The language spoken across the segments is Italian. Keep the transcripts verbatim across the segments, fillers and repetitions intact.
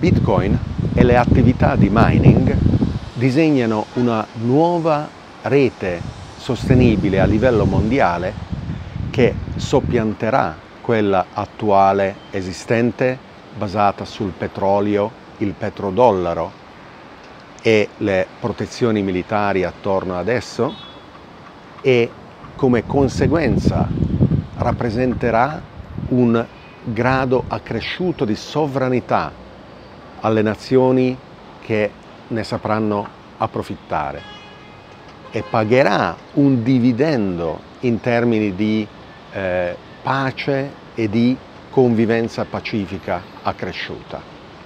Bitcoin e le attività di mining disegnano una nuova rete sostenibile a livello mondiale che soppianterà quella attuale esistente basata sul petrolio, il petrodollaro e le protezioni militari attorno ad esso, e come conseguenza rappresenterà un grado accresciuto di sovranità alle nazioni che ne sapranno approfittare e pagherà un dividendo in termini di eh, pace e di convivenza pacifica accresciuta.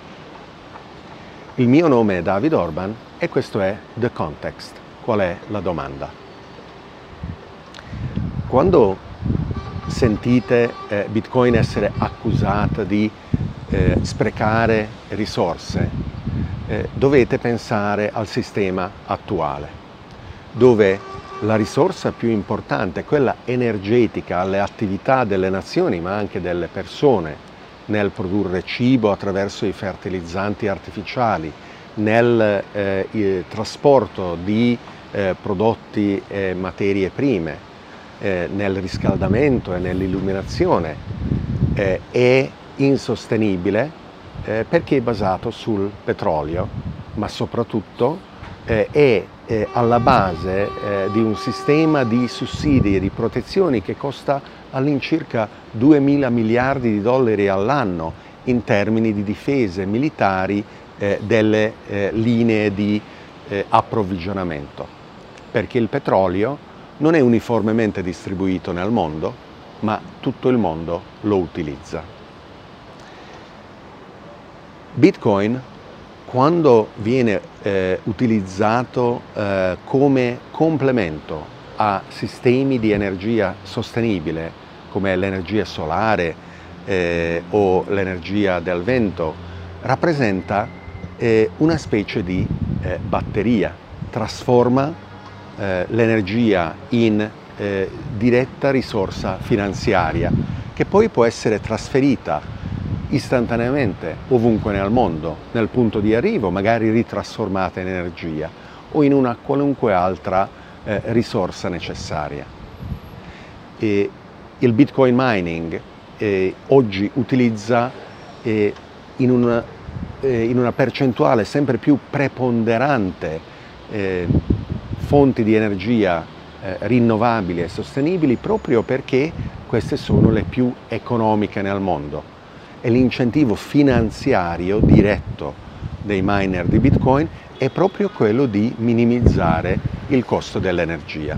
Il mio nome è David Orban e questo è The Context. Qual è la domanda? Quando sentite eh, Bitcoin essere accusata di eh, sprecare risorse, eh, dovete pensare al sistema attuale, dove la risorsa più importante, quella energetica, alle attività delle nazioni ma anche delle persone nel produrre cibo attraverso i fertilizzanti artificiali, nel eh, trasporto di eh, prodotti e materie prime, eh, nel riscaldamento e nell'illuminazione, eh, è insostenibile eh, perché è basato sul petrolio, ma soprattutto eh, è eh, alla base eh, di un sistema di sussidi e di protezioni che costa all'incirca duemila miliardi di dollari all'anno in termini di difese militari eh, delle eh, linee di eh, approvvigionamento, perché il petrolio non è uniformemente distribuito nel mondo, ma tutto il mondo lo utilizza. Bitcoin, quando viene eh, utilizzato eh, come complemento a sistemi di energia sostenibile come l'energia solare eh, o l'energia del vento, rappresenta eh, una specie di eh, batteria, trasforma eh, l'energia in eh, diretta risorsa finanziaria che poi può essere trasferita istantaneamente ovunque nel mondo, nel punto di arrivo, magari ritrasformata in energia o in una qualunque altra eh, risorsa necessaria. E il Bitcoin mining eh, oggi utilizza eh, in, una, eh, in una percentuale sempre più preponderante eh, fonti di energia eh, rinnovabili e sostenibili proprio perché queste sono le più economiche nel mondo. E l'incentivo finanziario diretto dei miner di Bitcoin è proprio quello di minimizzare il costo dell'energia.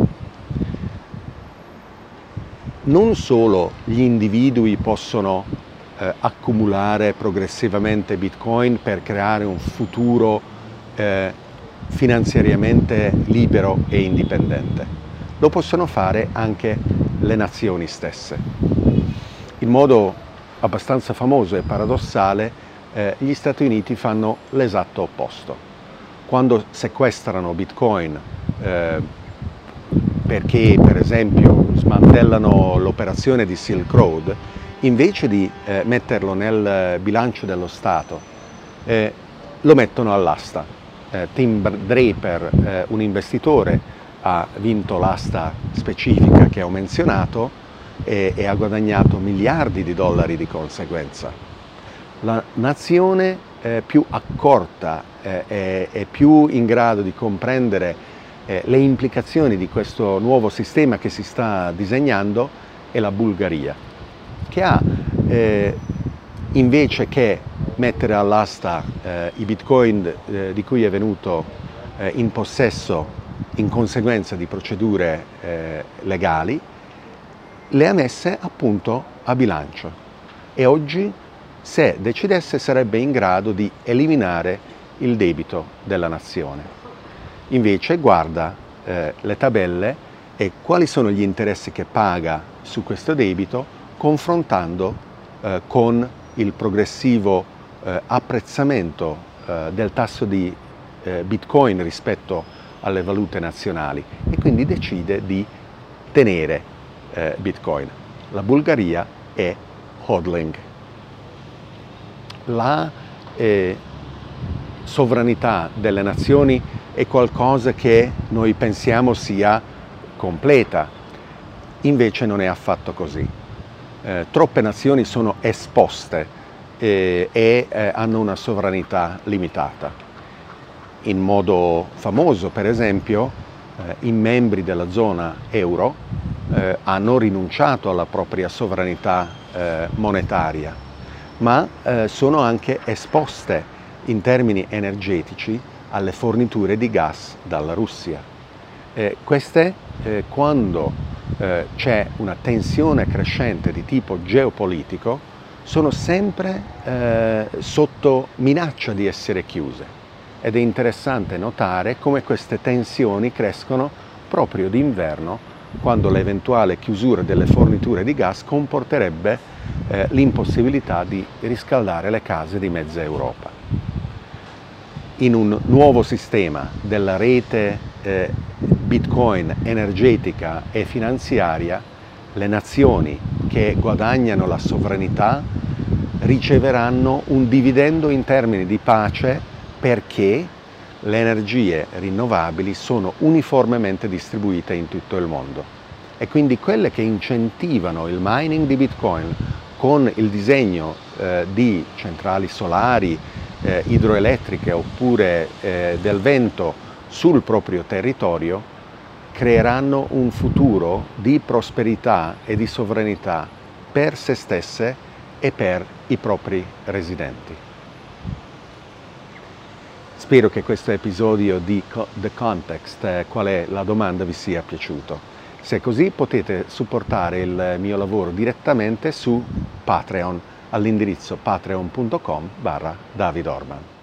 Non solo gli individui possono eh, accumulare progressivamente Bitcoin per creare un futuro eh, finanziariamente libero e indipendente, lo possono fare anche le nazioni stesse. In modo abbastanza famoso e paradossale, eh, gli Stati Uniti fanno l'esatto opposto. Quando sequestrano Bitcoin eh, perché per esempio smantellano l'operazione di Silk Road, invece di eh, metterlo nel bilancio dello Stato, eh, lo mettono all'asta. Eh, Tim Draper, eh, un investitore, ha vinto l'asta specifica che ho menzionato e, e ha guadagnato miliardi di dollari di conseguenza. La nazione eh, più accorta eh, è, è più in grado di comprendere eh, le implicazioni di questo nuovo sistema che si sta disegnando è la Bulgaria, che ha eh, invece che mettere all'asta eh, i bitcoin eh, di cui è venuto eh, in possesso in conseguenza di procedure eh, legali, le ha messe appunto a bilancio e oggi, se decidesse, sarebbe in grado di eliminare il debito della nazione. Invece guarda eh, le tabelle e quali sono gli interessi che paga su questo debito, confrontando eh, con il progressivo eh, apprezzamento eh, del tasso di eh, Bitcoin rispetto alle valute nazionali, e quindi decide di tenere eh, Bitcoin. La Bulgaria è hodling. La eh, sovranità delle nazioni è qualcosa che noi pensiamo sia completa, invece non è affatto così. Eh, troppe nazioni sono esposte eh, e eh, hanno una sovranità limitata. In modo famoso, per esempio, eh, i membri della zona euro eh, hanno rinunciato alla propria sovranità eh, monetaria, ma eh, sono anche esposte in termini energetici alle forniture di gas dalla Russia. Eh, queste, eh, quando eh, c'è una tensione crescente di tipo geopolitico, sono sempre eh, sotto minaccia di essere chiuse. Ed è interessante notare come queste tensioni crescono proprio d'inverno, quando l'eventuale chiusura delle forniture di gas comporterebbe eh, l'impossibilità di riscaldare le case di mezza Europa. In un nuovo sistema della rete eh, Bitcoin energetica e finanziaria, le nazioni che guadagnano la sovranità riceveranno un dividendo in termini di pace, perché le energie rinnovabili sono uniformemente distribuite in tutto il mondo. E quindi quelle che incentivano il mining di Bitcoin con il disegno eh, di centrali solari, Eh, idroelettriche oppure eh, del vento sul proprio territorio, creeranno un futuro di prosperità e di sovranità per se stesse e per i propri residenti. Spero che questo episodio di The Context, eh, qual è la domanda, vi sia piaciuto. Se è così, potete supportare il mio lavoro direttamente su Patreon, all'indirizzo patreon punto com barra David Orban.